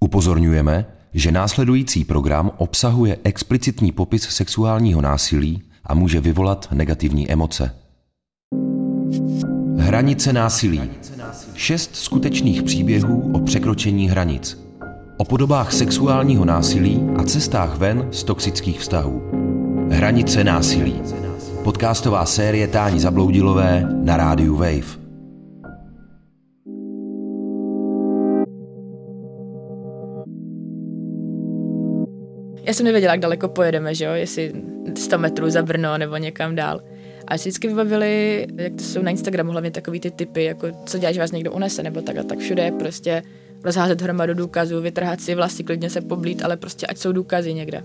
Upozorňujeme, že následující program obsahuje explicitní popis sexuálního násilí a může vyvolat negativní emoce. Hranice násilí. 6 skutečných příběhů o překročení hranic. O podobách sexuálního násilí a cestách ven z toxických vztahů. Hranice násilí. Podcastová série Táni Zabloudilové na rádiu Wave. Já jsem nevěděla, jak daleko pojedeme, že jo? Jestli 100 metrů za Brno nebo někam dál. A vždycky vybavili, jak to jsou na Instagramu, hlavně takový ty typy, jako co děláš, vás někdo unese, nebo tak a tak všude je prostě rozházet hromadu důkazů, vytrhat si vlasy, klidně se poblít, ale prostě ať jsou důkazy někde.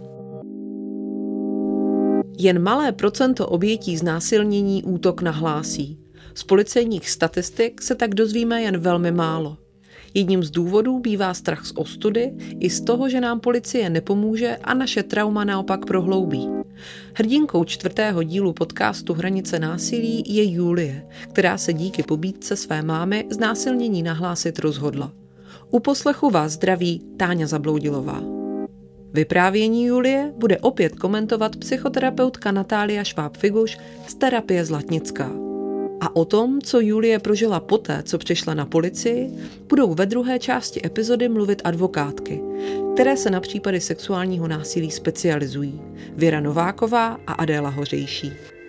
Jen malé procento obětí znásilnění útok nahlásí. Z policejních statistik se tak dozvíme jen velmi málo. Jedním z důvodů bývá strach z ostudy i z toho, že nám policie nepomůže a naše trauma naopak prohloubí. Hrdinkou 4. dílu podcastu Hranice násilí je Julie, která se díky pobídce své mámy znásilnění nahlásit rozhodla. U poslechu vás zdraví Táňa Zabloudilová. Vyprávění Julie bude opět komentovat psychoterapeutka Natália Šváb-Figuš z terapie Zlatnická. A o tom, co Julie prožila poté, co přišla na policii, budou ve druhé části epizody mluvit advokátky, které se na případy sexuálního násilí specializují. Věra Nováková a Adéla Hořejší.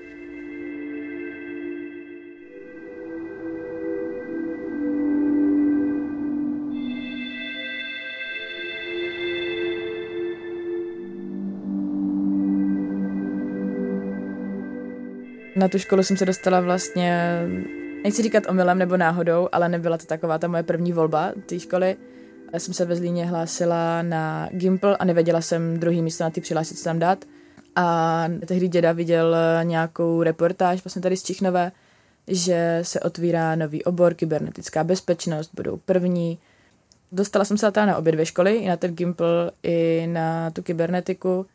Na tu školu jsem se dostala vlastně, nechci říkat omylem nebo náhodou, ale nebyla to taková ta moje první volba té školy. Já jsem se ve Zlíně hlásila na Gimpl a nevěděla jsem druhý místo na ty přihlásit, co tam dát. A tehdy děda viděl nějakou reportáž vlastně tady z Čichnové, že se otvírá nový obor, kybernetická bezpečnost, budou první. Dostala jsem se na obě dvě školy, i na ten Gimpl, i na tu kybernetiku.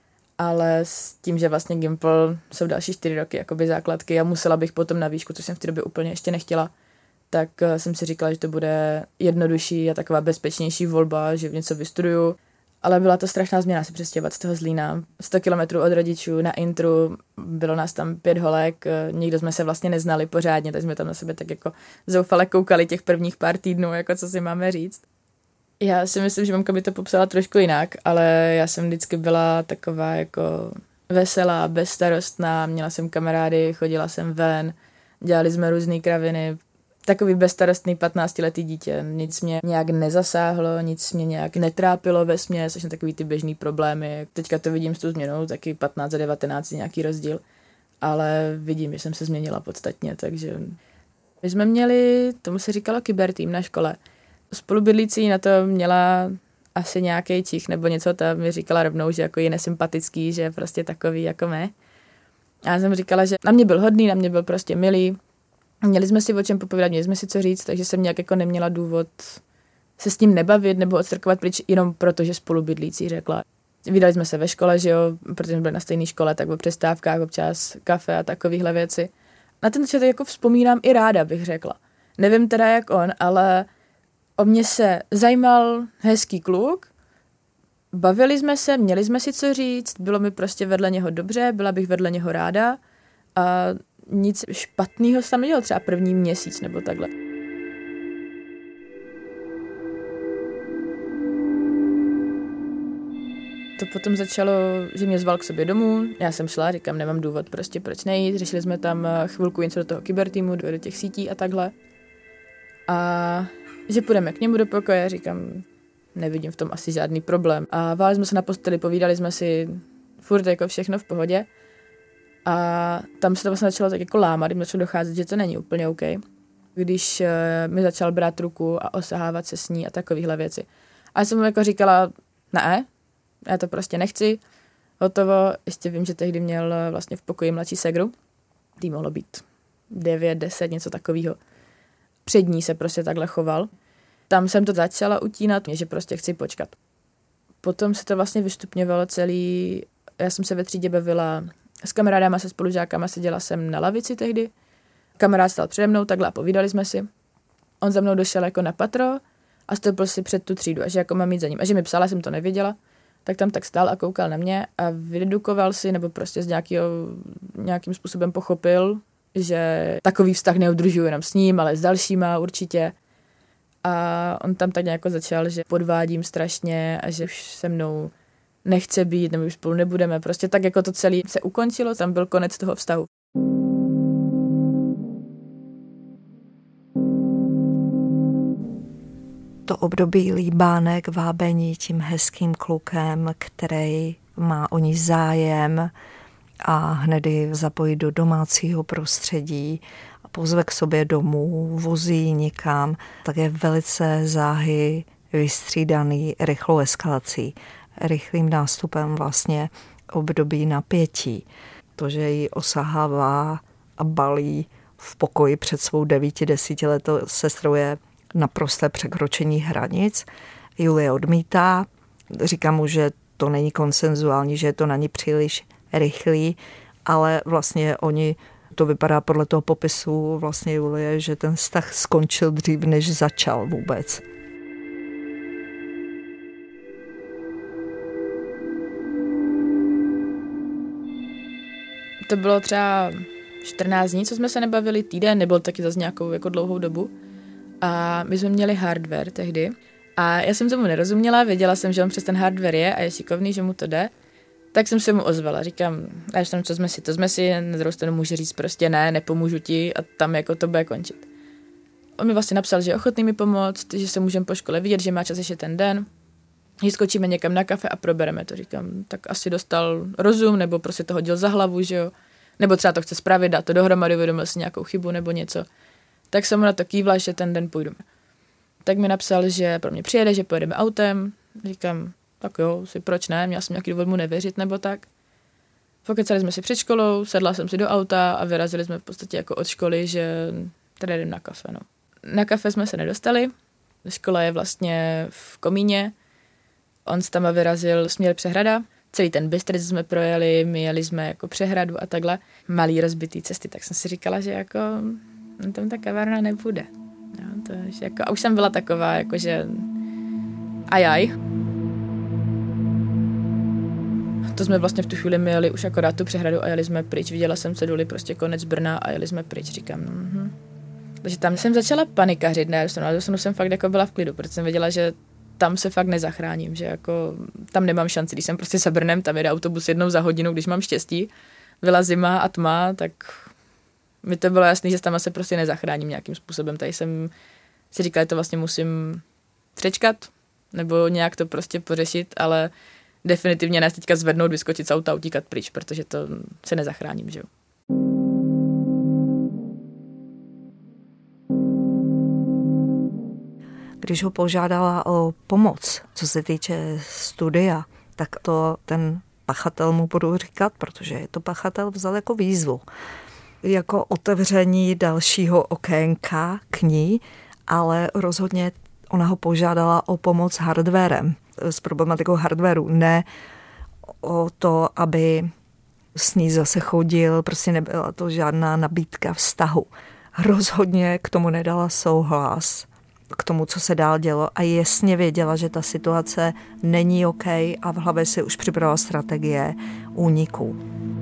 Ale s tím, že vlastně Gimpl jsou další 4 roky jakoby základky a musela bych potom na výšku, což jsem v té době úplně ještě nechtěla, tak jsem si říkala, že to bude jednodušší a taková bezpečnější volba, že v něco vystuduju. Ale byla to strašná změna se přestěhovat z toho Zlína. 100 kilometrů od rodičů na intru, bylo nás tam 5 holek, nikdo jsme se vlastně neznali pořádně, tak jsme tam na sebe tak jako zoufale koukali těch prvních pár týdnů, jako co si máme říct. Já si myslím, že mamka by to popsala trošku jinak, ale já jsem vždycky byla taková jako veselá, bezstarostná, měla jsem kamarády, chodila jsem ven, dělali jsme různý kraviny. Takový bezstarostný 15letý dítě, nic mě nějak nezasáhlo, nic mě nějak netrápilo vesměs, až na takový ty běžný problémy. Teďka to vidím s tou změnou, taky 15 a 19 nějaký rozdíl, ale vidím, že jsem se změnila podstatně, takže my jsme měli, tomu se říkalo kybertým na škole. Spolubydlící na to měla asi nějaký čich nebo něco, ta mi říkala rovnou, že jako je nesympatický, že je prostě takový jako my. A já jsem říkala, že na mě byl hodný, na mě byl prostě milý. Měli jsme si o čem popovídat, měli jsme si co říct, takže jsem nějak jako neměla důvod se s ním nebavit nebo odstrkovat pryč jenom proto, že spolubydlící řekla. Vydali jsme se ve škole, že jo, protože jsme byli na stejné škole, tak o přestávkách občas kafe a takovéhle věci. Na ten čas jako vzpomínám i ráda, bych řekla. Nevím teda jak on, ale o mě se zajímal hezký kluk, bavili jsme se, měli jsme si co říct, bylo mi prostě vedle něho dobře, byla bych vedle něho ráda a nic špatného se tam nedělo, třeba první měsíc nebo takhle. To potom začalo, že mě zval k sobě domů, já jsem šla, říkám, nemám důvod prostě proč nejít, řešili jsme tam chvilku něco do toho kybertýmu, do těch sítí a takhle. A že půjdeme k němu do pokoje, říkám, nevidím v tom asi žádný problém. A váli jsme se na posteli, povídali jsme si furt jako všechno v pohodě. A tam se to vlastně začalo tak jako lámat, jim začalo docházet, že to není úplně OK. Když mi začal brát ruku a osahávat se s ní a takovéhle věci. A já jsem mu jako říkala, ne, já to prostě nechci, hotovo. Ještě vím, že tehdy měl vlastně v pokoji mladší segru, tý mohlo být 9, 10, něco takového. Před ní se prostě takhle choval. Tam jsem to začala utínat, že prostě chci počkat. Potom se to vlastně vystupňovalo celý, já jsem se ve třídě bavila s kamarádama, se spolužákama, seděla jsem na lavici tehdy. Kamarád stál přede mnou, takhle a povídali jsme si. On za mnou došel jako na patro a stoupil si před tu třídu a že jako mám mít za ním. A že mi psala, jsem to nevěděla, tak tam tak stál a koukal na mě a vydedukoval si, nebo prostě nějakým způsobem pochopil, že takový vztah neudržuju jenom s ním, ale s dalšíma určitě. A on tam tak nějak začal, že podvádím strašně a že už se mnou nechce být, nebo už spolu nebudeme. Prostě tak jako to celé se ukončilo, tam byl konec toho vztahu. To období líbánek, vábení tím hezkým klukem, který má o ní zájem a hned ji zapojí do domácího prostředí a pozve k sobě domů, vozí někam, tak je velice záhy vystřídaný rychlou eskalací, rychlým nástupem vlastně období napětí. To, že ji osahává a balí v pokoji před svou 9-10letou sestrou je naprosté překročení hranic. Julie odmítá, říká mu, že to není konsenzuální, že je to na ní příliš rychlý, ale vlastně to vypadá podle toho popisu vlastně Julie, že ten vztah skončil dřív, než začal vůbec. To bylo třeba 14 dní, co jsme se nebavili, týden, nebyl taky zase nějakou jako dlouhou dobu. A my jsme měli hardware tehdy. A já jsem tomu nerozuměla, věděla jsem, že on přes ten hardware je a je šikovný, že mu to jde. Tak jsem se mu ozvala, říkám, až tam, co jsme si, na druhou stranu může říct prostě ne, nepomůžu ti a tam jako to bude končit. On mi vlastně napsal, že je ochotný mi pomoct, že se můžeme po škole vidět, že má čas ještě ten den, že skočíme někam na kafe a probereme to. Říkám, tak asi dostal rozum, nebo prostě to hodil za hlavu, že jo, nebo třeba to chce spravit, dát to dohromady, uvědomil si nějakou chybu nebo něco. Tak jsem mu na to kývla, že ten den půjdeme. Tak mi napsal, že pro mě přijede, že pojedeme autem. Říkám, tak jo, si proč ne, měla jsem nějaký důvod mu nevěřit nebo tak. Pokecali jsme si před školou, sedla jsem si do auta a vyrazili jsme v podstatě jako od školy, že tady jdem na kafe. No. Na kafe jsme se nedostali, škola je vlastně v Komíně, on s tam vyrazil směr Přehrada. Celý ten Bystric jsme projeli, my jeli jsme jako Přehradu a takhle. Malý rozbitý cesty, tak jsem si říkala, že jako tam ta kavárna nebude. No, to jako, a už jsem byla taková, jakože ajaj. To jsme vlastně v tu chvíli jeli už akorát tu Přehradu a jeli jsme pryč. Viděla jsem ceduli, prostě konec Brna a jeli jsme pryč, říkám. Takže tam jsem začala panikařit, ne, ale jsem fakt jako byla v klidu, protože jsem věděla, že tam se fakt nezachráním, že jako tam nemám šanci, když jsem prostě za Brnem, tam jede autobus jednou za hodinu, když mám štěstí, byla zima a tma, tak mi to bylo jasný, že tam se prostě nezachráním nějakým způsobem. Tady jsem si říkala, že to vlastně musím přečkat, nebo nějak to prostě pořešit, ale definitivně ne teďka zvednout, vyskočit z auta a utíkat pryč, protože to se nezachráním, že jo. Když ho požádala o pomoc, co se týče studia, tak to ten pachatel mu budu říkat, protože je to pachatel, vzal jako výzvu. Jako otevření dalšího okénka k ní, ale rozhodně ona ho požádala o pomoc hardwarem, s problematikou hardwareu, ne o to, aby s ní zase chodil, prostě nebyla to žádná nabídka vztahu. Rozhodně k tomu nedala souhlas, k tomu, co se dál dělo a jasně věděla, že ta situace není OK a v hlavě si už připravila strategie úniku.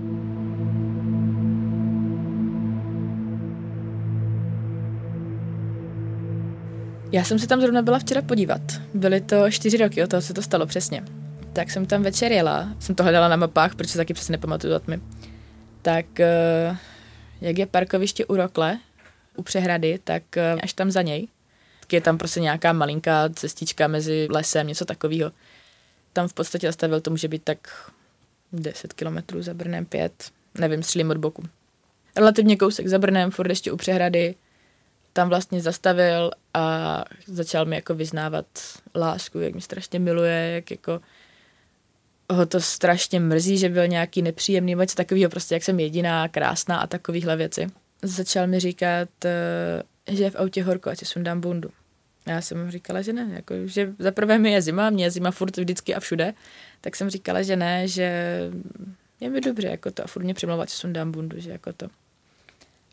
Já jsem se tam zrovna byla včera podívat. Byly to 4 roky, od toho se to stalo přesně. Tak jsem tam večer jela, jsem to hledala na mapách, protože taky přesně nepamatuju datmy. Tak jak je parkoviště u Rokle, u Přehrady, tak až tam za něj. Tak je tam prostě nějaká malinká cestička mezi lesem, něco takového. Tam v podstatě zastavil, to může být tak 10 kilometrů za Brnem, 5, nevím, střílím od boku. Relativně kousek za Brnem, furt ještě u Přehrady. Tam vlastně zastavil a začal mi jako vyznávat lásku, jak mi strašně miluje, jak jako ho to strašně mrzí, že byl nějaký nepříjemný, něco takového, prostě jak jsem jediná, krásná a takovýhle věci. Začal mi říkat, že je v autě horko, ať si sundám bundu. Já jsem mu říkala, že ne, jako, že za prvé mi je zima, mě je zima furt vždycky a všude, tak jsem říkala, že ne, že je mi dobře, jako to, a furt mě přimlouvat, že sundám bundu, že jako to.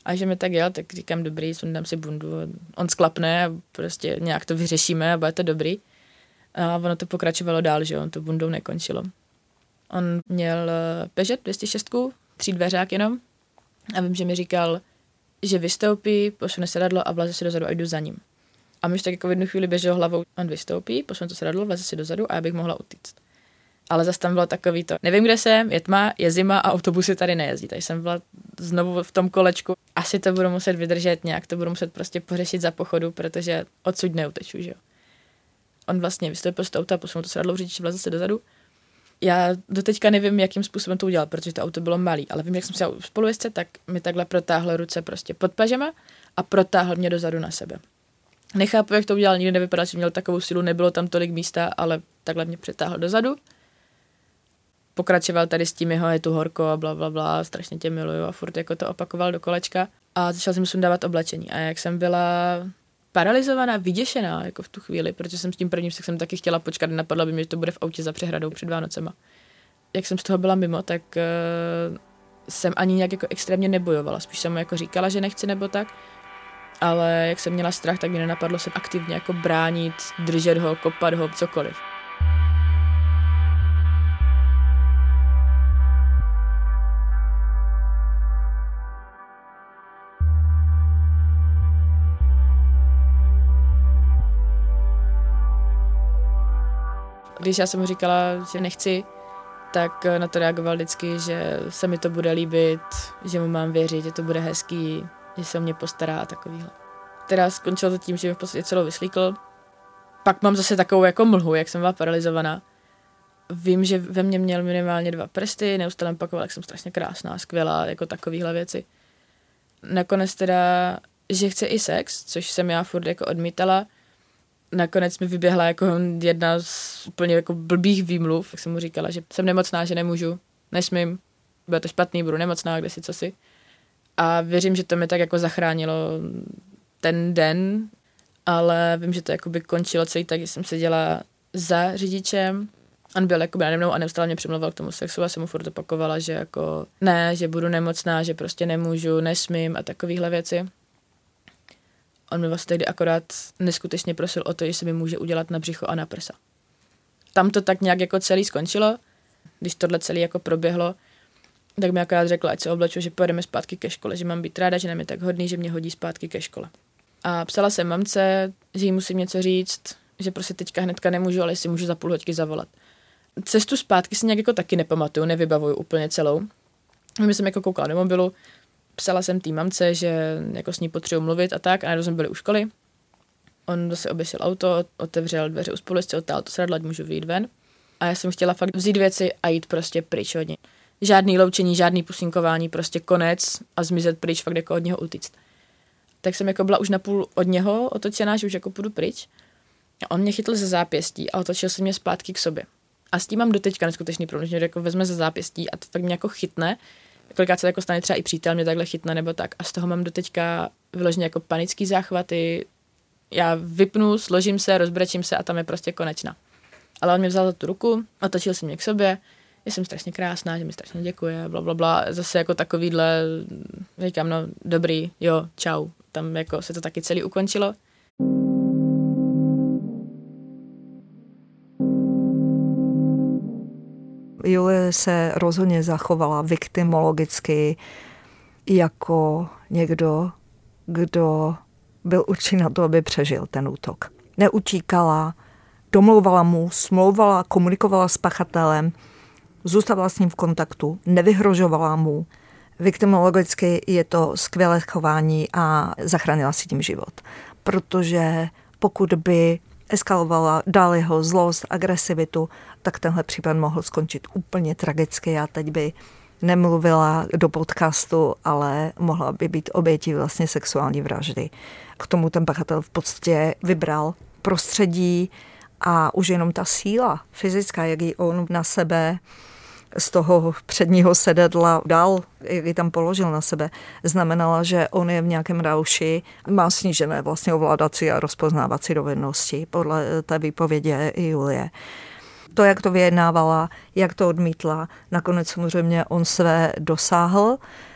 A že mi tak jel, tak říkám dobrý, sundám si bundu, on sklapne a prostě nějak to vyřešíme a bude to dobrý. A ono to pokračovalo dál, že on to bundou nekončilo. On měl Peugeot 206, 3 dveřák jenom a vím, že mi říkal, že vystoupí, posune sedadlo a vleze si dozadu a jdu za ním. A my tak jako v jednu chvíli běžel hlavou, on vystoupí, posune to sedadlo, vleze si dozadu a já bych mohla utíct. Ale zase tam bylo takový to, nevím, kde jsem, je tma, je zima a autobusy tady nejezdí. Takže jsem byla znovu v tom kolečku. Asi to budu muset vydržet nějak, to budu muset prostě pořešit za pochodu, protože odsud neuteču, že jo. On vlastně vystoupil z auta, posunul to sedadlo, řidič vleze se dozadu. Já doteďka nevím, jakým způsobem to udělal, protože to auto bylo malý, ale vím, jak jsem se u spolujezdce, tak mi takhle protáhl ruce prostě pod pažema a protáhl mě dozadu na sebe. Nechápu, jak to udělal, nikdy nevypadal, že měl takovou sílu, nebylo tam tolik místa, ale takhle mě přetáhl dozadu. Pokračoval tady s tím jeho je tu horko a blablabla, strašně tě miluju a furt jako to opakoval do kolečka a začal jsem sundávat oblečení. A jak jsem byla paralizovaná, vyděšená jako v tu chvíli, protože jsem s tím prvním sexem taky chtěla počkat, napadlo by mě, že to bude v autě za přehradou před Vánocema. Jak jsem z toho byla mimo, tak jsem ani nějak jako extrémně nebojovala, spíš jsem mu jako říkala, že nechci nebo tak, ale jak jsem měla strach, tak mi nenapadlo se aktivně jako bránit, držet ho, kopat ho, cokoliv. Když já jsem mu říkala, že nechci, tak na to reagoval vždycky, že se mi to bude líbit, že mu mám věřit, že to bude hezký, že se o mě postará a takovýhle. Teda skončilo to tím, že mi v podstatě celou vyslíkl. Pak mám zase takovou jako mlhu, jak jsem byla paralizovaná. Vím, že ve mně měl minimálně 2 prsty, neustále opakoval, jak jsem strašně krásná, skvělá, jako takovýhle věci. Nakonec teda, že chce i sex, což jsem já furt jako odmítala. Nakonec mi vyběhla jako jedna z úplně jako blbých výmluv, jak jsem mu říkala, že jsem nemocná, že nemůžu, nesmím, bude to špatný, budu nemocná, kde si co si. A věřím, že to mi tak jako zachránilo ten den, ale vím, že to jakoby končilo celý tak, že jsem seděla za řidičem, on byl jakoby nade mnou a neustále mě přemlouval k tomu sexu a jsem mu furt opakovala, že jako ne, že budu nemocná, že prostě nemůžu, nesmím a takovýhle věci. On mi vlastně tehdy akorát neskutečně prosil o to, že se mi může udělat na břicho a na prsa. Tam to tak nějak jako celý skončilo, když tohle celý jako proběhlo, tak mi akorát řekla, ať se obleču, že pojedeme zpátky ke škole, že mám být ráda, že nám je tak hodný, že mě hodí zpátky ke škole. A psala jsem mamce, že jí musím něco říct, že prostě teďka hnedka nemůžu, ale si můžu za půl hoďky zavolat. Cestu zpátky si nějak jako taky nepamatuju, nevybavuju úplně celou. My jsem jako koukala do mobilu, psala jsem tý mamce, že jako s ní potřebuji mluvit a tak, a najednou jsme byli u školy. On zase obešel auto, otevřel dveře u spolujezdce, otáhl to sedadlo, ať můžu vyjít ven. A já jsem chtěla fakt vzít věci a jít prostě pryč od něj. Žádný loučení, žádný pusinkování, prostě konec a zmizet pryč, fakt jako od něho utíct. Tak jsem jako byla už napůl od něho otočená, že už jako půjdu pryč. A on mě chytl ze zápěstí a otočil se mě zpátky k sobě. A s tím mám doteďka neskutečný problém, že mě jako vezme ze zápěstí a to tak mě jako chytne. Kolikrát se jako stane třeba i přítel mě takhle chytne nebo tak a z toho mám doteďka vyloženě jako panický záchvaty. Já vypnu, složím se, rozbrečím se a tam je prostě konečná. Ale on mě vzal za tu ruku, otočil se mě k sobě, že jsem strašně krásná, že mi strašně děkuje, blablabla. Zase jako takovýhle, říkám, no dobrý, jo, čau. Tam jako se to taky celý ukončilo. Julie se rozhodně zachovala viktimologicky jako někdo, kdo byl určen na to, aby přežil ten útok. Neutíkala, domlouvala mu, smlouvala, komunikovala s pachatelem, zůstávala s ním v kontaktu, nevyhrožovala mu. Viktimologicky je to skvělé chování a zachránila si tím život. Protože pokud by eskalovala dál jeho zlost, agresivitu, tak tenhle případ mohl skončit úplně tragicky. Já teď by nemluvila do podcastu, ale mohla by být obětí vlastně sexuální vraždy. K tomu ten pachatel v podstatě vybral prostředí a už jenom ta síla fyzická, jak ji on na sebe z toho předního sedadla dal, jak ji tam položil na sebe, znamenala, že on je v nějakém rauši, má snížené vlastně ovládací a rozpoznávací dovednosti podle té výpovědi Julie. To, jak to vyjednávala, jak to odmítla, nakonec samozřejmě on své dosáhl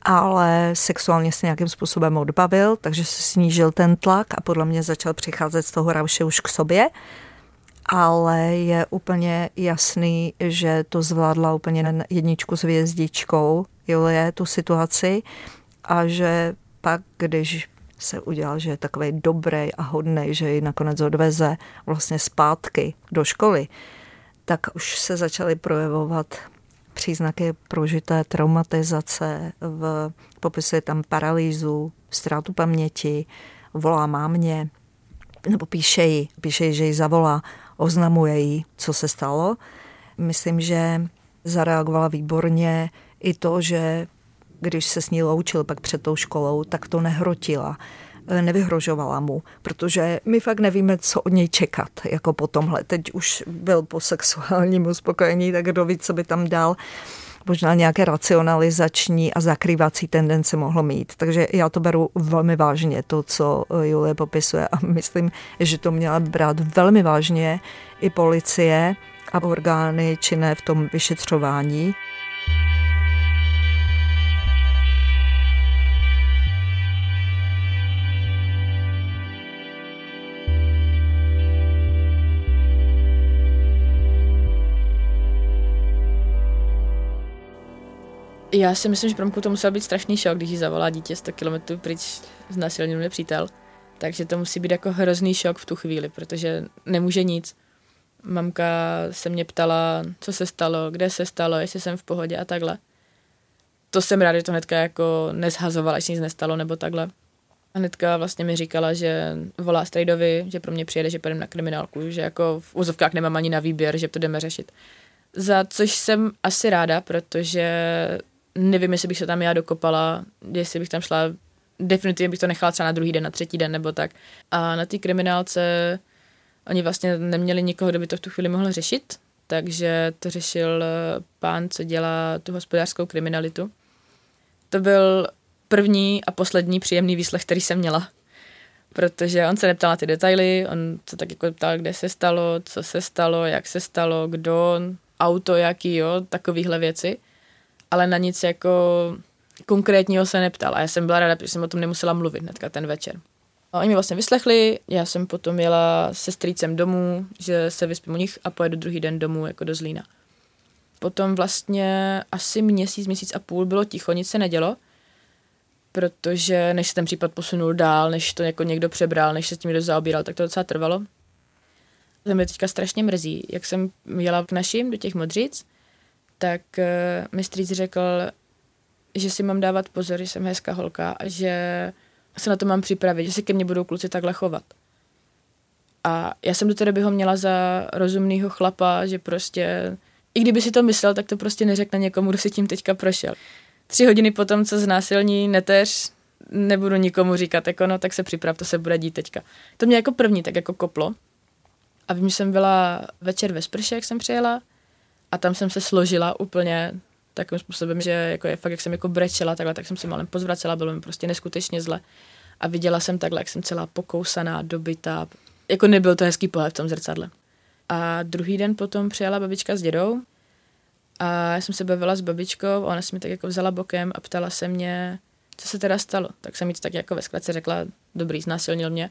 ale sexuálně se nějakým způsobem odbavil, takže se snížil ten tlak a podle mě začal přicházet z toho rauše už k sobě. Ale je úplně jasný, že to zvládla úplně na 1 s hvězdičkou Julie tu situaci a že pak, když se udělal, že je takovej dobrý a hodnej, že ji nakonec odveze vlastně zpátky do školy, tak už se začaly projevovat příznaky prožité traumatizace, popisuje tam paralýzu, ztrátu paměti, volá mámě, nebo píše jí, že ji zavolá, oznamuje jí, co se stalo. Myslím, že zareagovala výborně i to, že když se s ní loučil pak před tou školou, tak to nehrotila, nevyhrožovala mu, protože my fakt nevíme, co od něj čekat, jako po tomhle. Teď už byl po sexuálním uspokojení, tak kdo ví, co by tam dal. Možná nějaké racionalizační a zakrývací tendence mohlo mít. Takže já to beru velmi vážně, to, co Julie popisuje, a myslím, že to měla brát velmi vážně i policie a orgány činné v tom vyšetřování. Já si myslím, že pro mě to musel být strašný šok, když jí zavolá dítě 100 kilometrů pryč znásilnil mě přítel. Takže to musí být jako hrozný šok v tu chvíli, protože nemůže nic. Mamka se mě ptala, co se stalo, kde se stalo, jestli jsem v pohodě a takhle. To jsem ráda, že to hnedka jako nezhazovala, až nic nestalo nebo takhle. A hnedka vlastně mi říkala, že volá strejdovi, že pro mě přijede, že půjdem na kriminálku, že jako v úzovkách nemám ani na výběr, že to jdeme řešit. Za což jsem asi ráda, protože nevím, jestli bych se tam já dokopala, jestli bych tam šla, definitivně bych to nechala třeba na druhý den, na třetí den nebo tak. A na té kriminálce oni vlastně neměli nikoho, kdo by to v tu chvíli mohl řešit, takže to řešil pán, co dělá tu hospodářskou kriminalitu. To byl první a poslední příjemný výslech, který jsem měla, protože on se neptal na ty detaily, on se tak jako ptal, kde se stalo, co se stalo, jak se stalo, kdo, auto jaký, jo, takovýhle věci. Ale na nic jako konkrétního se neptal. A já jsem byla ráda, protože jsem o tom nemusela mluvit hnedka ten večer. A oni mě vlastně vyslechli, já jsem potom jela se strýcem domů, že se vyspím u nich a pojedu druhý den domů jako do Zlína. Potom vlastně asi měsíc a půl bylo ticho, nic se nedělo, protože než se ten případ posunul dál, než to jako někdo přebral, než se s tím někdo zaobíral, tak to docela trvalo. To mě teďka strašně mrzí. Jak jsem jela k našim do těch Modřic, tak mi strýc řekl, že si mám dávat pozor, že jsem hezká holka a že se na to mám připravit, že se ke mně budou kluci takhle chovat. A já jsem do té doby ho měla za rozumného chlapa, že prostě, i kdyby si to myslel, tak to prostě neřekne někomu, kdo si tím teďka prošel. 3 hodiny potom, co znásilní neteř, nebudu nikomu říkat, jako no, tak se připrav, to se bude dít teďka. To mě jako první tak jako koplo. A vím, že jsem byla večer ve sprše, jak jsem přijela, a tam jsem se složila úplně takovým způsobem, že jako je fakt, jak jsem jako brečela takhle, tak jsem si malem pozvracela, bylo mi prostě neskutečně zle. A viděla jsem takhle, jak jsem celá pokousaná, dobytá. Jako nebyl to hezký pohled v tom zrcadle. A druhý den potom přijela babička s dědou a já jsem se bavila s babičkou a ona se mi tak jako vzala bokem a ptala se mě, co se teda stalo. Tak jsem jí to tak jako ve zkratce řekla, dobrý, znásilnil mě.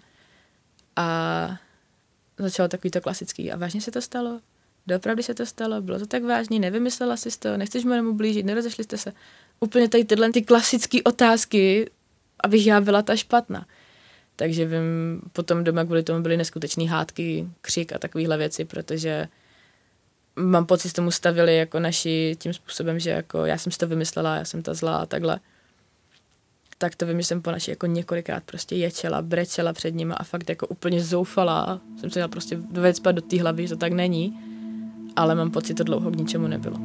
A začalo takový to klasický. A vážně se to stalo? Doopravdy se to stalo? Bylo to tak vážný? Nevymyslela jsi to? Nechceš mu ublížit? Nerozešli jste se? Úplně tady tyhle ty klasické otázky, abych já byla ta špatná. Takže vím, potom doma kvůli tomu byly neskutečný hádky, křik a takovéhle věci, protože mám pocit, že tomu stavili jako naši tím způsobem, že jako já jsem si to vymyslela, já jsem ta zlá a takhle. Tak to vím, že jsem po naši jako několikrát prostě ječela, brečela před nima a fakt jako úplně zoufala. Jsem se jela prostě vecpat do té hlavy, že to tak není, ale mám pocit, že to dlouho k ničemu nebylo.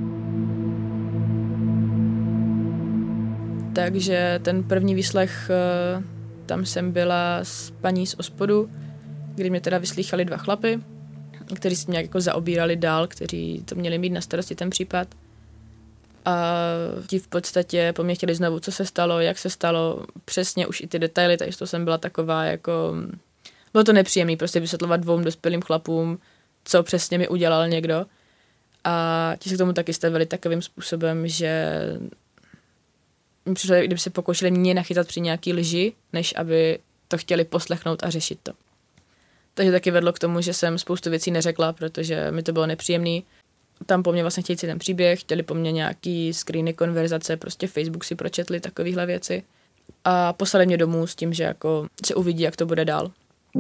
Takže ten první výslech, tam jsem byla s paní z OSPODu, kdy mě teda vyslýchali 2 chlapy, kteří se nějak jako zaobírali dál, kteří to měli mít na starosti ten případ. A ti v podstatě po mně chtěli znovu, co se stalo, jak se stalo, přesně už i ty detaily, takže to jsem byla taková jako... Bylo to nepříjemné prostě vysvětlovat 2 dospělým chlapům, co přesně mi udělal někdo. A ti se k tomu taky stavili takovým způsobem, že mi přišlo, kdyby se pokoušeli mě nachytat při nějaký lži, než aby to chtěli poslechnout a řešit to. Takže taky vedlo k tomu, že jsem spoustu věcí neřekla, protože mi to bylo nepříjemný. Tam po mně vlastně chtěli si ten příběh, chtěli po mně nějaký screeny, konverzace, prostě Facebook si pročetli takovéhle věci a poslali mě domů s tím, že jako se uvidí, jak to bude dál.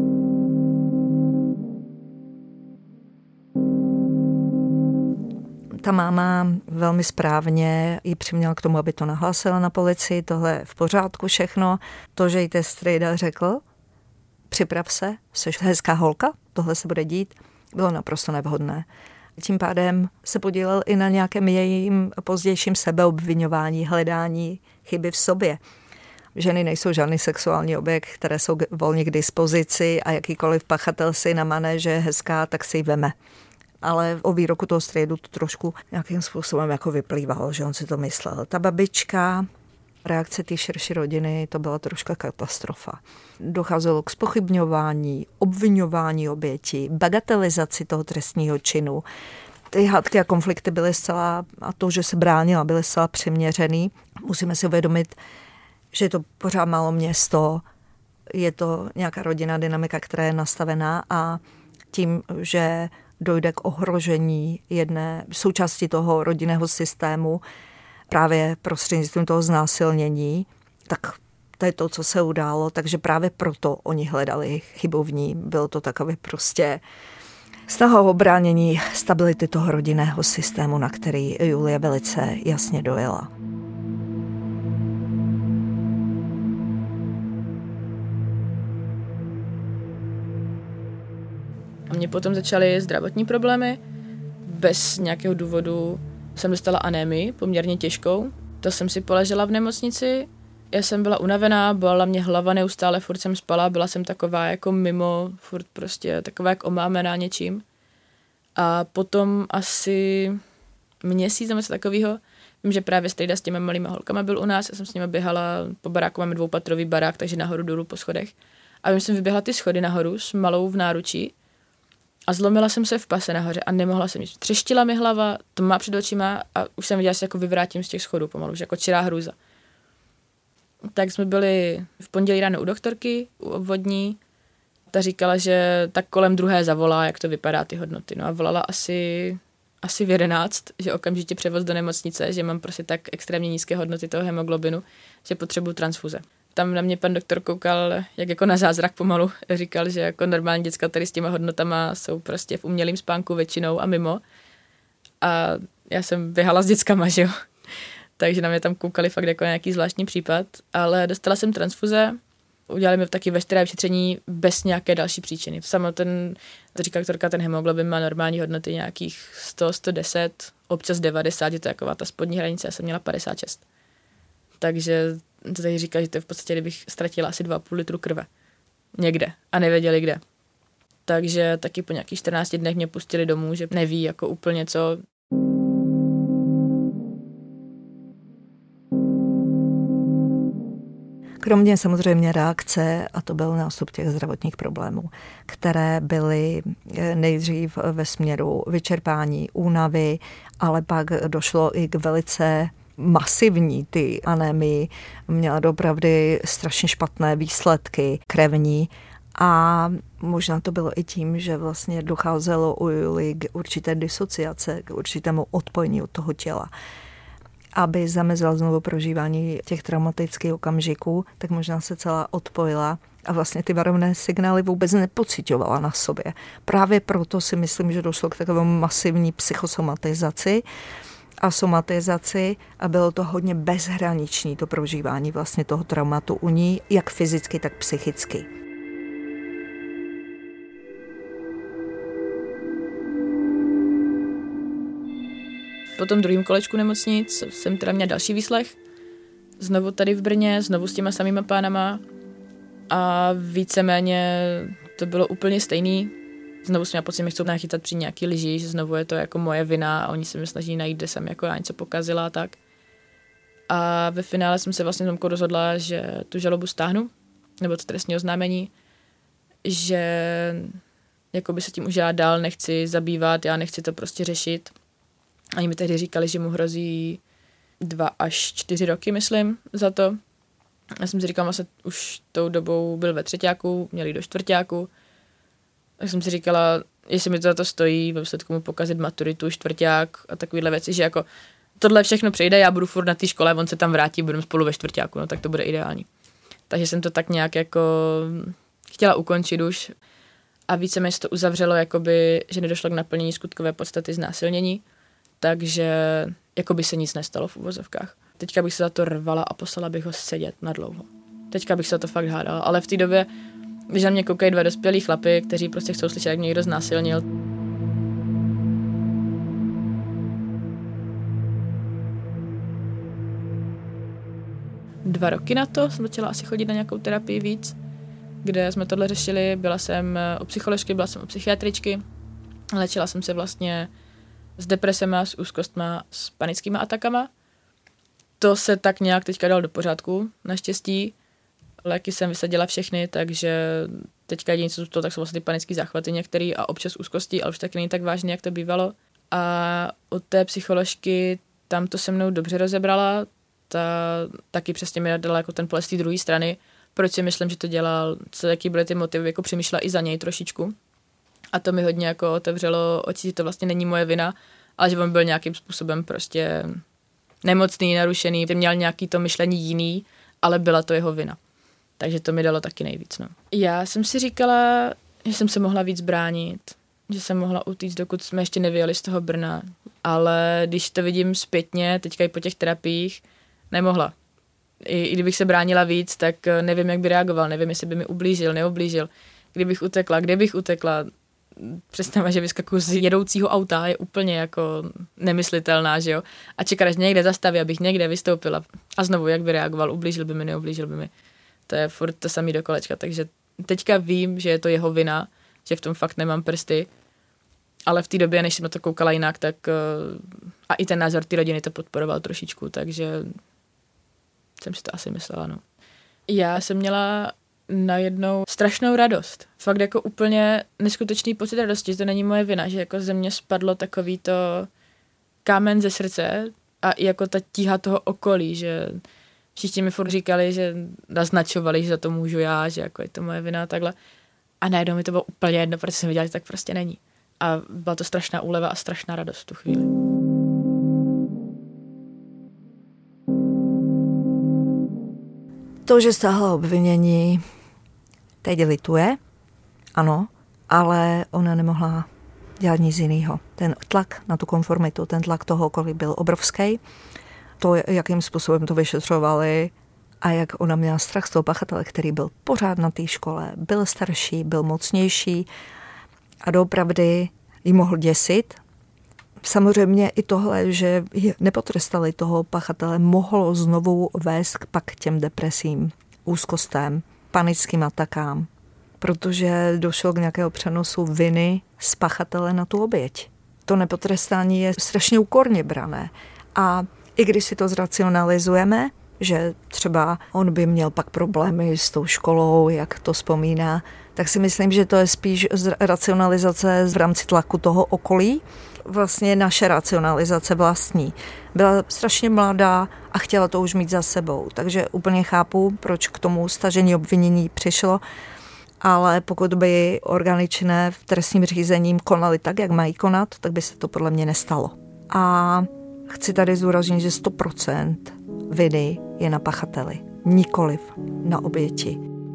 Ta máma velmi správně ji přiměla k tomu, aby to nahlásila na policii, tohle je v pořádku všechno. To, že jí ten strejda řekl, připrav se, jsi hezká holka, tohle se bude dít, bylo naprosto nevhodné. Tím pádem se podílel i na nějakém jejím pozdějším sebeobviňování, hledání chyby v sobě. Ženy nejsou žádný sexuální objekt, které jsou volně k dispozici a jakýkoliv pachatel si namane, že je hezká, tak si ji veme. Ale o výroku toho strejdu to trošku nějakým způsobem jako vyplývalo, že on si to myslel. Ta babička, reakce té širší rodiny, to byla trošku katastrofa. Docházelo k zpochybňování, obviňování oběti, bagatelizaci toho trestního činu. Ty hádky a konflikty byly zcela, a to, že se bránila, byly zcela přiměřený. Musíme si uvědomit, že je to pořád malo město, je to nějaká rodinná dynamika, která je nastavená a tím, že dojde k ohrožení jedné součásti toho rodinného systému právě prostřednictvím toho znásilnění, tak to je to, co se událo, takže právě proto oni hledali chybu v ní. Bylo to takové prostě snaha o obránění stability toho rodinného systému, na který Julie velice jasně dojela. A mě potom začaly zdravotní problémy. Bez nějakého důvodu jsem dostala anémii, poměrně těžkou. To jsem si poležela v nemocnici. Já jsem byla unavená, bolela mě hlava neustále, furt jsem spala, byla jsem taková jako mimo, furt prostě taková jak omámená něčím. A potom asi měsíc nebo něco takového, vím, že právě strejda s těma malýma holkama byl u nás, já jsem s nimi běhala po baráku, máme dvoupatrový barák, takže nahoru dolů po schodech. A vím, že jsem vyběhla ty schody nahoru s malou v náručí a zlomila jsem se v pase nahoře a nemohla jsem nic. Třeštila mi hlava, tma před očima a už jsem viděla, že se jako vyvrátím z těch schodů pomalu, že jako čirá hrůza. Tak jsme byli v pondělí ráno u doktorky, u obvodní. Ta říkala, že tak kolem 2 zavolá, jak to vypadá ty hodnoty. No a volala asi v 11, že okamžitě převoz do nemocnice, že mám prostě tak extrémně nízké hodnoty toho hemoglobinu, že potřebuju transfuze. Tam na mě pan doktor koukal jak jako na zázrak pomalu. Říkal, že jako normální děcka tady s těma hodnotama jsou prostě v umělém spánku většinou a mimo. A já jsem běhala s dětskama, že jo. Takže na mě tam koukali fakt jako nějaký zvláštní případ. Ale dostala jsem transfuze, udělali mi taky veškeré vyšetření bez nějaké další příčiny. Samo říká doktorka, ten hemoglobin má normální hodnoty nějakých 100, 110, občas 90, je to taková ta spodní hranice, já jsem měla 56. Takže to tady říká, že to je v podstatě, kdybych ztratila asi 2,5 litru krve. Někde. A nevěděli kde. Takže taky po nějakých 14 dnech mě pustili domů, že neví jako úplně co. Kromě samozřejmě reakce, a to byl nástup těch zdravotních problémů, které byly nejdřív ve směru vyčerpání, únavy, ale pak došlo i k velice masivní ty anémii, měla doopravdy strašně špatné výsledky krevní a možná to bylo i tím, že vlastně docházelo u Julie k určité disociace, k určitému odpojení od toho těla. Aby zamezila znovu prožívání těch traumatických okamžiků, tak možná se celá odpojila a vlastně ty varovné signály vůbec nepociťovala na sobě. Právě proto si myslím, že došlo k takovému masivní psychosomatizaci a somatizaci a bylo to hodně bezhraniční to prožívání vlastně toho traumatu u ní, jak fyzicky, tak psychicky. Po tom druhém kolečku nemocnic jsem teda měla další výslech. Znovu tady v Brně, znovu s těma samýma pánama a víceméně to bylo úplně stejný. Znovu jsem měla pocit, že mě chcou nachytat při nějaký lži, že znovu je to jako moje vina a oni se mi snaží najít, kde jsem jako já něco pokazila a tak. A ve finále jsem se vlastně Tomkou rozhodla, že tu žalobu stáhnu, nebo to trestní oznámení, že jakoby se tím už já dál nechci zabývat, já nechci to prostě řešit. Oni mi tehdy říkali, že mu hrozí 2 až 4 roky, myslím, za to. Já jsem si říkala, vlastně už tou dobou byl ve třeťáku, měli do čtvrťáku. Tak jsem si říkala, jestli mi to za to stojí, ve výsledku mu pokazit maturitu, čtvrťák a takovéhle věci, že jako tohle všechno přejde, já budu furt na té škole, on se tam vrátí, budeme spolu ve čtvrťáku, no tak to bude ideální. Takže jsem to tak nějak jako chtěla ukončit už a víceméně se to uzavřelo, jakoby, že nedošlo k naplnění skutkové podstaty znásilnění, takže jakoby se nic nestalo v uvozovkách. Teďka bych se za to rvala a poslala bych ho sedět na dlouho. Teďka bych se za to fakt hádala, ale v té době, když na mě koukají 2 dospělí chlapy, kteří prostě chcou slyšet, jak mě někdo znásilnil. Dva roky na to jsem začala asi chodit na nějakou terapii víc, kde jsme tohle řešili. Byla jsem u psycholožky, byla jsem u psychiatričky. Léčila jsem se vlastně s depresema, s úzkostma, s panickýma atakama. To se tak nějak teďka dalo do pořádku, naštěstí. Léky jsem vysadila všechny, takže teďka jediné, co zůstalo, tak jsou vlastně ty panické záchvaty některé a občas úzkosti, ale už taky není tak vážný, jak to bývalo. A od té psycholožky tam to se mnou dobře rozebrala, ta taky přesně mi dala jako ten pohled z té druhé strany, proč si myslím, že to dělal, jaký byly ty motivy, jako přemýšlela i za něj trošičku. A to mi hodně jako otevřelo oči, že to vlastně není moje vina, ale že on byl nějakým způsobem prostě nemocný, narušený, měl nějaký to myšlení jiný, ale byla to jeho vina. Takže to mi dalo taky nejvíc. No. Já jsem si říkala, že jsem se mohla víc bránit, že jsem mohla utíct, dokud jsme ještě nevyjeli z toho Brna, ale když to vidím zpětně, teďka i po těch terapiích, nemohla. I kdybych se bránila víc, tak nevím, jak by reagoval, nevím, jestli by mi ublížil, neoblížil. Kdybych utekla, kde bych utekla, představa, že vyskakuju z jedoucího auta je úplně jako nemyslitelná, že jo? A čekat, až někde zastaví, abych někde vystoupila. A znovu, jak by reagoval, ublížil by mi, neoblížil by mi. To je furt to samý do kolečka, takže teďka vím, že je to jeho vina, že v tom fakt nemám prsty, ale v té době, než jsem na to koukala jinak, tak a i ten názor té rodiny to podporoval trošičku, takže jsem si to asi myslela, no. Já jsem měla najednou strašnou radost. Fakt jako úplně neskutečný pocit radosti, že to není moje vina, že jako ze mě spadlo takový to kámen ze srdce a i jako ta tíha toho okolí, že všichni mi furt říkali, že naznačovali, že za to můžu já, že jako je to moje vina a takhle. A najednou mi to bylo úplně jedno, protože jsem viděla, že tak prostě není. A byla to strašná úleva a strašná radost v tu chvíli. To, že stáhla obvinění, teď lituje, ano, ale ona nemohla dělat nic jiného. Ten tlak na tu konformitu, ten tlak toho okolí byl obrovský. To, jakým způsobem to vyšetřovali a jak ona měla strach z toho pachatele, který byl pořád na té škole, byl starší, byl mocnější a doopravdy ji mohl děsit. Samozřejmě i tohle, že nepotrestali toho pachatele, mohlo znovu vést pak k těm depresím, úzkostem, panickým atakám, protože došlo k nějakého přenosu viny z pachatele na tu oběť. To nepotrestání je strašně úkorně brané. A i když si to zracionalizujeme, že třeba on by měl pak problémy s tou školou, jak to vzpomíná, tak si myslím, že to je spíš racionalizace v rámci tlaku toho okolí. Vlastně naše racionalizace vlastní. Byla strašně mladá a chtěla to už mít za sebou, takže úplně chápu, proč k tomu stažení obvinění přišlo, ale pokud by orgány činné v trestním řízením konali tak, jak mají konat, tak by se to podle mě nestalo. A chci tady zdůraznit, že 100% viny je na pachateli, nikoliv na oběti.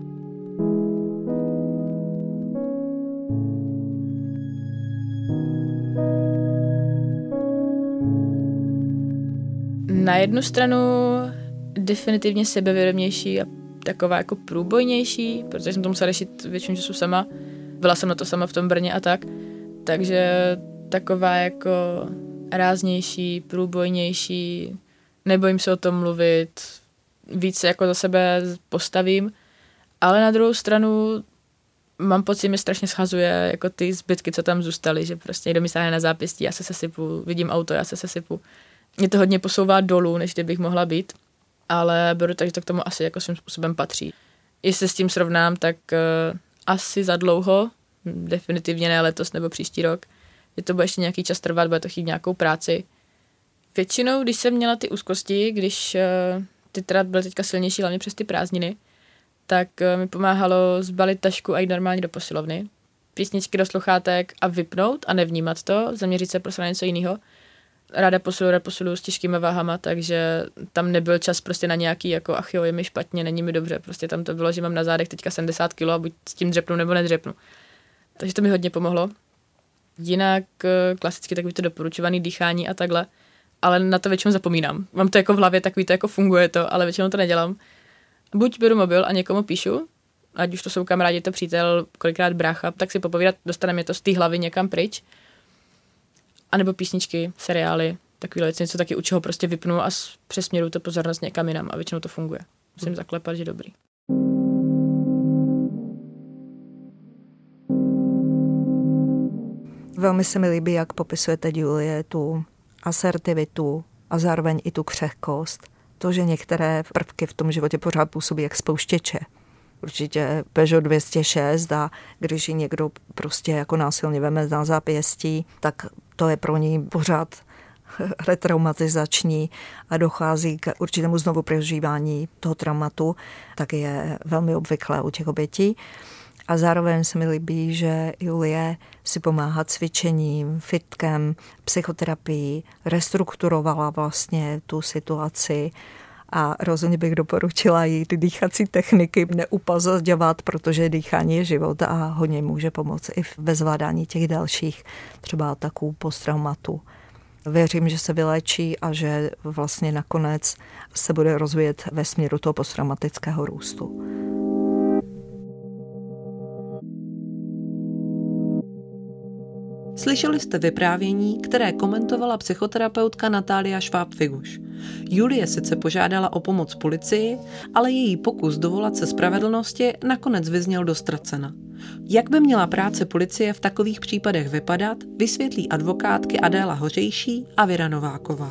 Na jednu stranu definitivně sebevědomější a taková jako průbojnější, protože jsem to musela řešit většinu času sama. Byla jsem na to sama v tom Brně a tak. Takže taková jako ráznější, průbojnější, nebojím se o tom mluvit, více jako za sebe postavím. Ale na druhou stranu mám pocit, že mi strašně schazuje jako ty zbytky, co tam zůstaly, že prostě někdo mi sáhne na zápěstí, já se sesypu, vidím auto, já se sesypu. Mě to hodně posouvá dolů, než kdybych mohla být, ale beru tak, že to k tomu asi jako svým způsobem patří. Jestli s tím srovnám, tak asi za dlouho, definitivně ne letos nebo příští rok, že to bude ještě nějaký čas trvat, bude to chtít nějakou práci. Většinou, když jsem měla ty úzkosti, když ty teda byly teďka silnější, hlavně přes ty prázdniny, tak mi pomáhalo zbalit tašku a jít normálně do posilovny. Písničky do sluchátek a vypnout a nevnímat to, zaměřit se prostě na něco jiného. Ráda posiluju s těžkýma váhama, takže tam nebyl čas prostě na nějaký jako ach jo, je mi špatně, není mi dobře. Prostě tam to bylo, že mám na zádech teďka 70 kg a buď s tím dřepnu nebo nedřepnu. Takže to mi hodně pomohlo. Jinak klasicky takový to doporučovaný dýchání a takhle, ale na to většinou zapomínám. Mám to jako v hlavě, takový to jako funguje to, ale většinou to nedělám. Buď beru mobil a někomu píšu, ať už to jsou kamarádi, to přítel, kolikrát brácha, tak si popovídat, dostane mě to z té hlavy někam pryč. A nebo písničky, seriály, takovýhle věci, něco taky, u čeho prostě vypnu a přesměruju to pozornost někam jinam a většinou to funguje. Musím zaklepat, že dobrý. Velmi se mi líbí, jak popisujete, Julie, tu asertivitu a zároveň i tu křehkost. To, že některé prvky v tom životě pořád působí jak spouštěče. Určitě Peugeot 206 a když ji někdo prostě jako násilně veme na zápěstí, tak to je pro ní pořád retraumatizační a dochází k určitému znovu prožívání toho traumatu, tak je velmi obvyklé u těch obětí. A zároveň se mi líbí, že Julie si pomáhá cvičením, fitkem, psychoterapií, restrukturovala vlastně tu situaci a rozhodně bych doporučila jí ty dýchací techniky neupozaďovat, protože dýchání je život a hodně může pomoct i ve zvládání těch dalších třeba ataků posttraumatu. Věřím, že se vylečí a že vlastně nakonec se bude rozvíjet ve směru toho posttraumatického růstu. Slyšeli jste vyprávění, které komentovala psychoterapeutka Natália Šváb-Figuš. Julie sice požádala o pomoc policii, ale její pokus dovolat se spravedlnosti nakonec vyzněl do ztracena. Jak by měla práce policie v takových případech vypadat, vysvětlí advokátky Adéla Hořejší a Věra Nováková.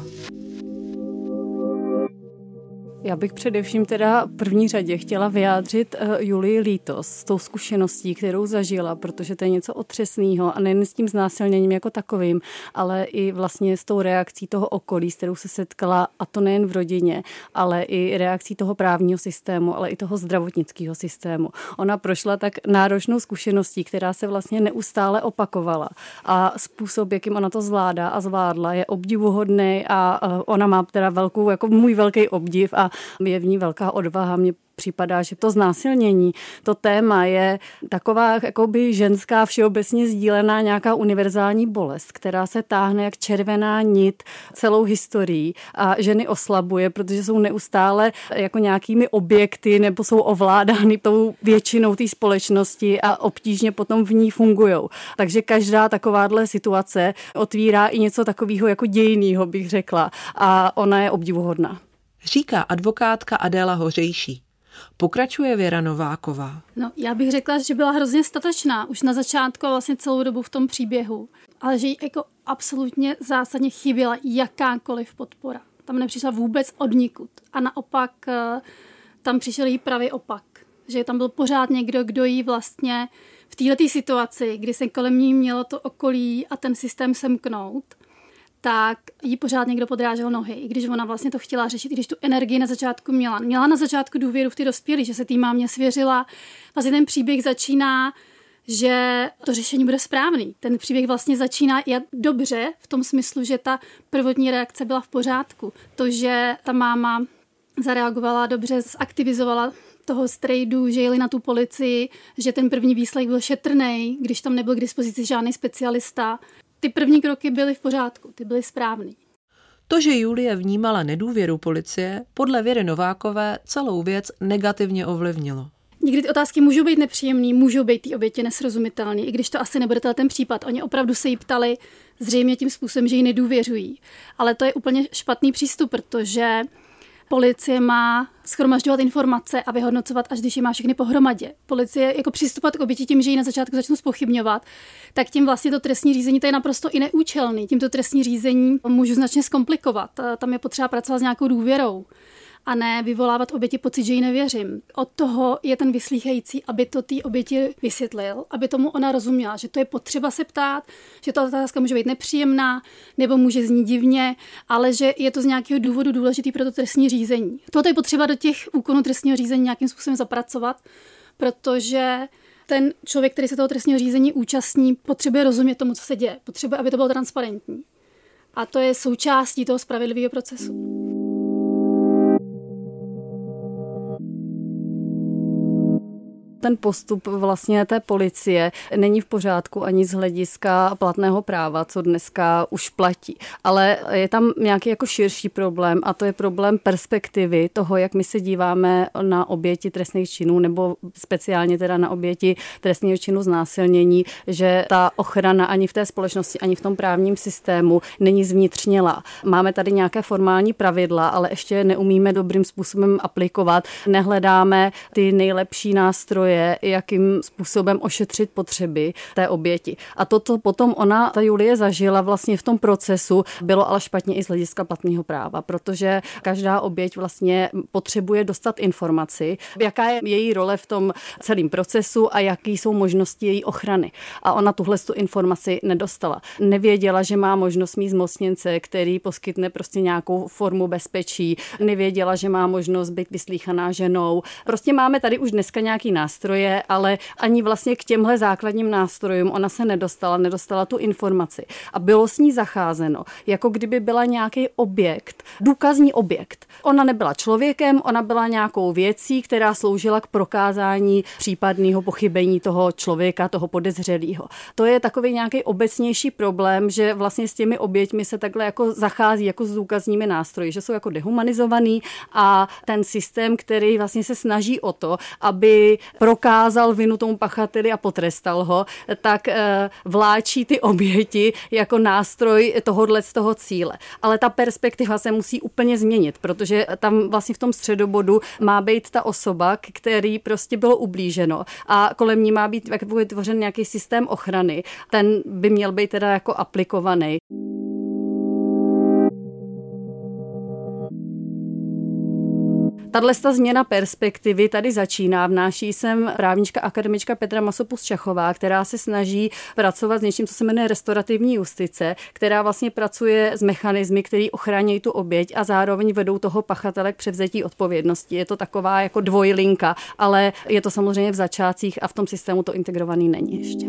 Já bych především teda v první řadě chtěla vyjádřit Julii lítost s tou zkušeností, kterou zažila, protože to je něco otřesného a nejen s tím znásilněním jako takovým, ale i vlastně s tou reakcí toho okolí, s kterou se setkala, a to nejen v rodině, ale i reakcí toho právního systému, ale i toho zdravotnického systému. Ona prošla tak náročnou zkušeností, která se vlastně neustále opakovala a způsob, jakým ona to zvládá a zvládla, je obdivuhodný a ona má teda velkou, jako můj velký obdiv a je v ní velká odvaha. Mně připadá, že to znásilnění, to téma je taková jakoby ženská všeobecně sdílená nějaká univerzální bolest, která se táhne jak červená nit celou historií a ženy oslabuje, protože jsou neustále jako nějakými objekty nebo jsou ovládány tou většinou té společnosti a obtížně potom v ní fungujou. Takže každá takováhle situace otvírá i něco takového jako dějinného, bych řekla, a ona je obdivuhodná. Říká advokátka Adéla Hořejší. Pokračuje Věra Nováková. No, já bych řekla, že byla hrozně statečná už na začátku a vlastně celou dobu v tom příběhu. Ale že jí jako absolutně zásadně chyběla jakákoliv podpora. Tam nepřišla vůbec odnikud. A naopak tam přišel jí pravý opak. Že tam byl pořád někdo, kdo jí vlastně v této situaci, kdy se kolem ní mělo to okolí a ten systém semknout, tak jí pořád někdo podrážel nohy, i když ona vlastně to chtěla řešit, i když tu energii na začátku měla. Měla na začátku důvěru v ty dospělí, že se tý mámě svěřila. Vlastně ten příběh začíná, že to řešení bude správný. Ten příběh vlastně začíná dobře v tom smyslu, že ta prvotní reakce byla v pořádku. To, že ta máma zareagovala dobře, zaktivizovala toho strejdu, že jeli na tu policii, že ten první výslech byl šetrnej, když tam nebyl k dispozici žádný specialista. Ty první kroky byly v pořádku, ty byly správný. To, že Julie vnímala nedůvěru policie, podle Věry Novákové celou věc negativně ovlivnilo. Někdy ty otázky můžou být nepříjemný, můžou být ty oběti nesrozumitelný, i když to asi nebude ten případ. Oni opravdu se jí ptali zřejmě tím způsobem, že jí nedůvěřují. Ale to je úplně špatný přístup, protože policie má shromažďovat informace a vyhodnocovat, až když je má všechny pohromadě. Policie jako přistupovat k oběti tím, že ji na začátku začnou zpochybňovat, tak tím vlastně to trestní řízení to je naprosto i neúčelný. Tímto trestní řízení můžu značně zkomplikovat. Tam je potřeba pracovat s nějakou důvěrou. a ne vyvolávat oběti pocit, že jí nevěřím. Od toho je ten vyslýchající, aby to té oběti vysvětlil, aby tomu ona rozuměla, že to je potřeba se ptát, že ta otázka může být nepříjemná nebo může znít divně, ale že je to z nějakého důvodu důležitý pro to trestní řízení. Toto je potřeba do těch úkonů trestního řízení nějakým způsobem zapracovat, protože ten člověk, který se toho trestního řízení účastní, potřebuje rozumět tomu, co se děje. Potřebuje, aby to bylo transparentní. A to je součástí toho spravedlivého procesu. Ten postup vlastně té policie není v pořádku ani z hlediska platného práva, co dneska už platí. Ale je tam nějaký jako širší problém a to je problém perspektivy toho, jak my se díváme na oběti trestných činů nebo speciálně teda na oběti trestného činu znásilnění, že ta ochrana ani v té společnosti, ani v tom právním systému není zvnitřnělá. Máme tady nějaké formální pravidla, ale ještě je neumíme dobrým způsobem aplikovat. Nehledáme ty nejlepší nástroje, jakým způsobem ošetřit potřeby té oběti. A to, co potom ta Julie zažila vlastně v tom procesu, bylo ale špatně i z hlediska platného práva, protože každá oběť vlastně potřebuje dostat informaci, jaká je její role v tom celém procesu a jaké jsou možnosti její ochrany. A ona tuhle informaci nedostala. Nevěděla, že má možnost mít zmocněnce, který poskytne prostě nějakou formu bezpečí. Nevěděla, že má možnost být vyslýchaná ženou. Prostě máme tady už dneska nějaký nástroje, ale ani vlastně k těmhle základním nástrojům ona se nedostala tu informaci. A bylo s ní zacházeno, jako kdyby byla nějaký objekt, důkazní objekt. Ona nebyla člověkem, ona byla nějakou věcí, která sloužila k prokázání případného pochybení toho člověka, toho podezřelého. To je takový nějaký obecnější problém, že vlastně s těmi oběťmi se takhle jako zachází jako s důkazními nástroji, že jsou jako dehumanizovaný a ten systém, který vlastně se snaží o to, aby prokázal vinu tomu pachateli a potrestal ho, tak vláčí ty oběti jako nástroj z toho cíle. Ale ta perspektiva se musí úplně změnit, protože tam vlastně v tom středobodu má být ta osoba, který prostě bylo ublíženo a kolem ní má být vytvořen nějaký systém ochrany. Ten by měl být teda jako aplikovaný. Tato změna perspektivy tady začíná. Vnáší sem právnička akademička Petra Masopust-Čachová, která se snaží pracovat s něčím, co se jmenuje restaurativní justice, která vlastně pracuje s mechanismy, které ochrání tu oběť a zároveň vedou toho pachatele k převzetí odpovědnosti. Je to taková jako dvojlinka, ale je to samozřejmě v začátcích a v tom systému to integrovaný není ještě.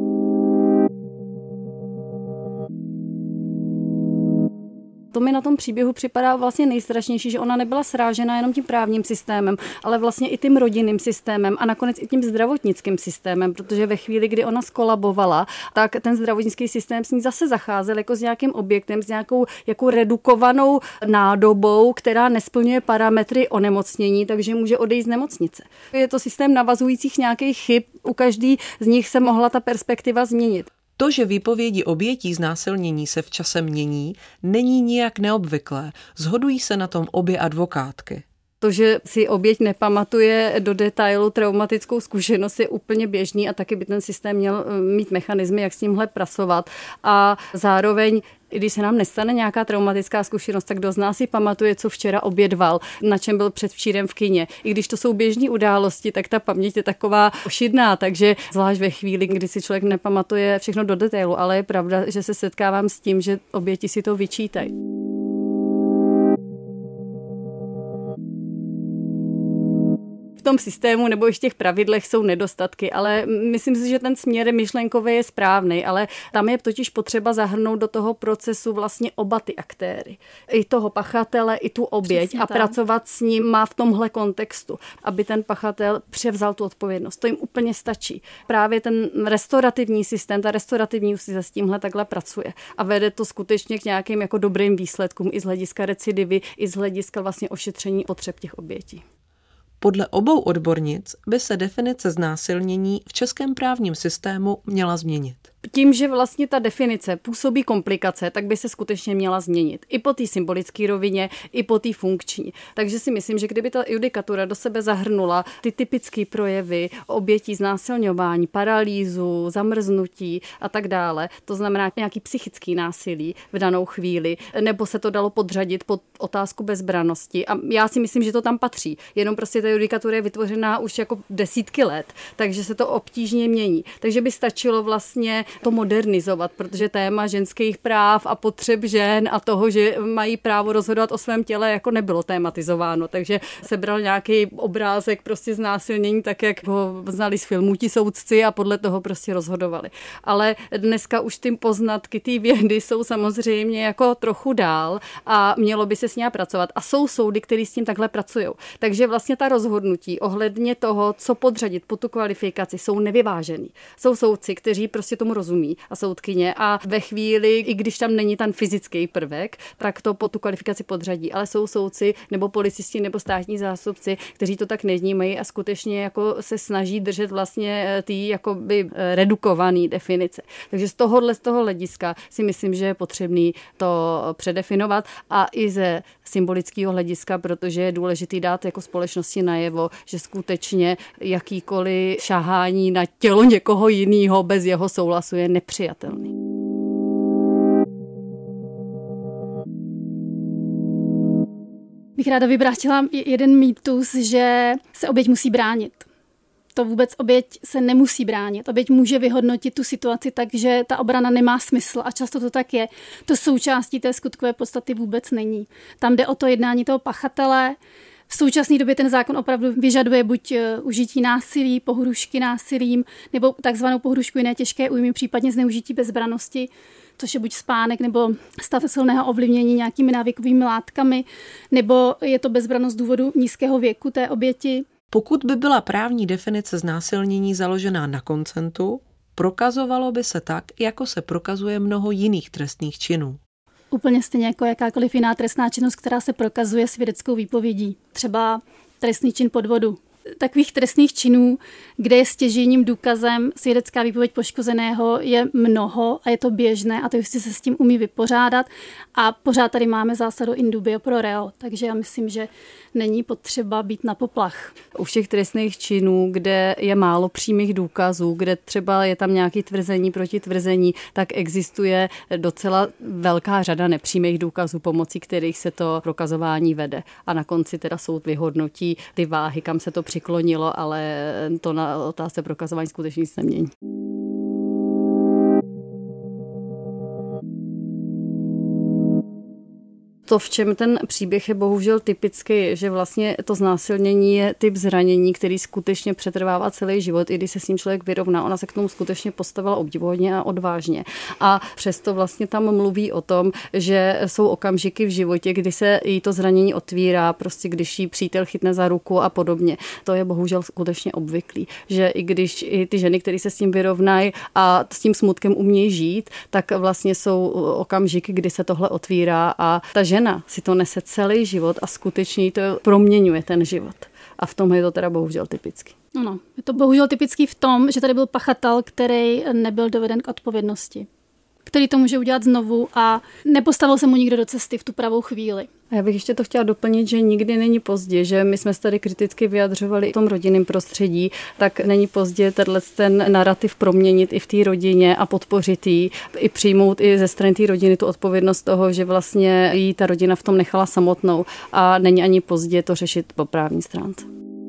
To mi na tom příběhu připadá vlastně nejstrašnější, že ona nebyla srážena jenom tím právním systémem, ale vlastně i tím rodinným systémem a nakonec i tím zdravotnickým systémem, protože ve chvíli, kdy ona skolabovala, tak ten zdravotnický systém s ní zase zacházel jako s nějakým objektem, s nějakou jako redukovanou nádobou, která nesplňuje parametry onemocnění, takže může odejít z nemocnice. Je to systém navazujících nějakých chyb, u každý z nich se mohla ta perspektiva změnit. To, že výpovědi obětí znásilnění se v čase mění, není nijak neobvyklé. Shodují se na tom obě advokátky. To, že si oběť nepamatuje do detailu traumatickou zkušenost, je úplně běžný a taky by ten systém měl mít mechanismy, jak s tímhle pracovat. A zároveň, když se nám nestane nějaká traumatická zkušenost, tak kdo z nás si pamatuje, co včera obědval, na čem byl předvčírem v kině. I když to jsou běžné události, tak ta paměť je taková ošidná, takže zvlášť ve chvíli, kdy si člověk nepamatuje všechno do detailu, ale je pravda, že se setkávám s tím, že oběti si to vyčítají. V tom systému nebo i v těch pravidlech jsou nedostatky, ale myslím si, že ten směr myšlenkový je správný, ale tam je totiž potřeba zahrnout do toho procesu vlastně oba ty aktéry. I toho pachatele, i tu oběť. Přesně a tak. Pracovat s ním má v tomhle kontextu, aby ten pachatel převzal tu odpovědnost. To jim úplně stačí. Právě ten restaurativní systém, ta restaurativní justice s tímhle takhle pracuje a vede to skutečně k nějakým jako dobrým výsledkům i z hlediska recidivy, i z hlediska vlastně ošetření potřeb těch obětí. Podle obou odbornic by se definice znásilnění v českém právním systému měla změnit. tím, že vlastně ta definice působí komplikace, tak by se skutečně měla změnit. I po té symbolické rovině, i po té funkční. Takže si myslím, že kdyby ta judikatura do sebe zahrnula ty typické projevy obětí znásilňování, paralýzu, zamrznutí a tak dále, to znamená nějaký psychický násilí v danou chvíli, nebo se to dalo podřadit pod otázku bezbrannosti. A já si myslím, že to tam patří. Jenom prostě ta judikatura je vytvořená už jako desítky let, takže se to obtížně mění. Takže by stačilo vlastně to modernizovat, protože téma ženských práv a potřeb žen a toho, že mají právo rozhodovat o svém těle, jako nebylo tématizováno. Takže sebral nějaký obrázek prostě znásilnění, tak jak ho znali z filmů ti soudci a podle toho prostě rozhodovali. Ale dneska už ty poznatky, ty vědy jsou samozřejmě jako trochu dál a mělo by se s ní pracovat. A jsou soudy, které s tím takhle pracují. Takže vlastně ta rozhodnutí ohledně toho, co podřadit po tu kvalifikaci, jsou nevyvážený. Jsou soudci, kteří prostě tomu rozumí a soudkyně a ve chvíli, i když tam není ten fyzický prvek, tak to po tu kvalifikaci podřadí. Ale jsou soudci nebo policisti nebo státní zástupci, kteří to tak nevnímají a skutečně jako se snaží držet vlastně ty jakoby redukované definice. Takže z toho hlediska si myslím, že je potřebný to předefinovat a i ze symbolického hlediska, protože je důležitý dát jako společnosti najevo, že skutečně jakýkoliv šahání na tělo někoho jiného bez jeho souhlasu je nepřijatelný. Bych ráda vyvrátila jeden mýtus, že se oběť musí bránit. To vůbec oběť se nemusí bránit. Oběť může vyhodnotit tu situaci tak, že ta obrana nemá smysl a často to tak je. To součástí té skutkové podstaty vůbec není. Tam jde o to jednání toho pachatele. V současné době ten zákon opravdu vyžaduje buď užití násilí, pohrušky násilím, nebo takzvanou pohrušku jiné těžké újmy, případně zneužití bezbrannosti, což je buď spánek nebo stav silného ovlivnění nějakými návykovými látkami, nebo je to bezbrannost z důvodu nízkého věku té oběti. Pokud by byla právní definice znásilnění založená na konsentu, prokazovalo by se tak, jako se prokazuje mnoho jiných trestných činů. Úplně stejně jako jakákoliv jiná trestná činnost, která se prokazuje svědeckou výpovědí. Třeba trestný čin podvodu. Takových trestných činů, kde je stěžejním důkazem svědecká výpověď poškozeného, je mnoho a je to běžné a to jestli se s tím umí vypořádat. A pořád tady máme zásadu in dubio pro reo, takže já myslím, že není potřeba být na poplach. U všech trestných činů, kde je málo přímých důkazů, kde třeba je tam nějaké tvrzení proti tvrzení, tak existuje docela velká řada nepřímých důkazů, pomocí kterých se to prokazování vede. A na konci teda soud vyhodnotí ty váhy, kam se to přiklonilo, ale to na otázce prokazování skutečně nic nemění. To, v čem ten příběh je bohužel typický, že vlastně to znásilnění je typ zranění, který skutečně přetrvává celý život, i když se s ním člověk vyrovná. Ona se k tomu skutečně postavila obdivuhodně a odvážně. A přesto vlastně tam mluví o tom, že jsou okamžiky v životě, kdy se jí to zranění otvírá, prostě když jí přítel chytne za ruku a podobně. To je bohužel skutečně obvyklý, že i když i ty ženy, které se s tím vyrovnají a s tím smutkem umějí žít, tak vlastně jsou okamžiky, kdy se tohle otvírá a ta žena si to nese celý život a skutečně to proměňuje ten život. A v tom je to teda bohužel typický. Ano, je to bohužel typický v tom, že tady byl pachatel, který nebyl doveden k odpovědnosti, který to může udělat znovu a nepostavil se mu nikdo do cesty v tu pravou chvíli. A já bych ještě to chtěla doplnit, že nikdy není pozdě, že my jsme se tady kriticky vyjadřovali v tom rodinném prostředí, tak není pozdě ten narrativ proměnit i v té rodině a podpořit ji, i přijmout i ze strany té rodiny tu odpovědnost toho, že vlastně jí ta rodina v tom nechala samotnou a není ani pozdě to řešit po právní stránce.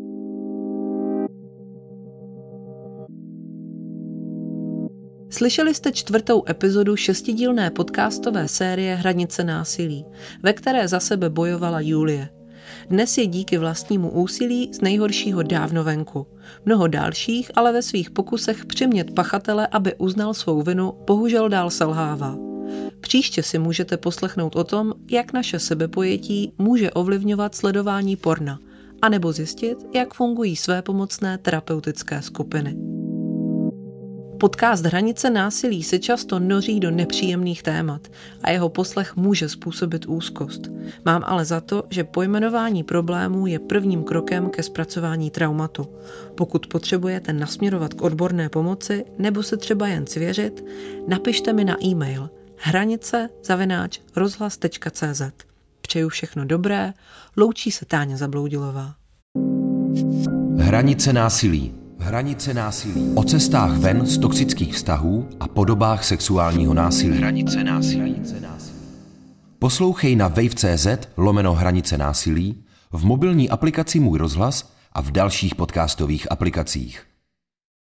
Slyšeli jste 4. epizodu 6dílné podcastové série Hranice násilí, ve které za sebe bojovala Julie. Dnes je díky vlastnímu úsilí z nejhoršího dávno venku. Mnoho dalších, ale ve svých pokusech přimět pachatele, aby uznal svou vinu, bohužel dál selhává. Příště si můžete poslechnout o tom, jak naše sebepojetí může ovlivňovat sledování porna, anebo zjistit, jak fungují svépomocné terapeutické skupiny. Podcast Hranice násilí se často noří do nepříjemných témat a jeho poslech může způsobit úzkost. Mám ale za to, že pojmenování problémů je prvním krokem ke zpracování traumatu. Pokud potřebujete nasměrovat k odborné pomoci nebo se třeba jen svěřit, napište mi na e-mail hranice@rozhlas.cz. Přeju všechno dobré, loučí se Táňa Zabloudilová. Hranice násilí. Hranice násilí. O cestách ven z toxických vztahů a podobách sexuálního násilí. Hranice násilí. Poslouchej na wave.cz/hranice násilí, v mobilní aplikaci Můj rozhlas a v dalších podcastových aplikacích.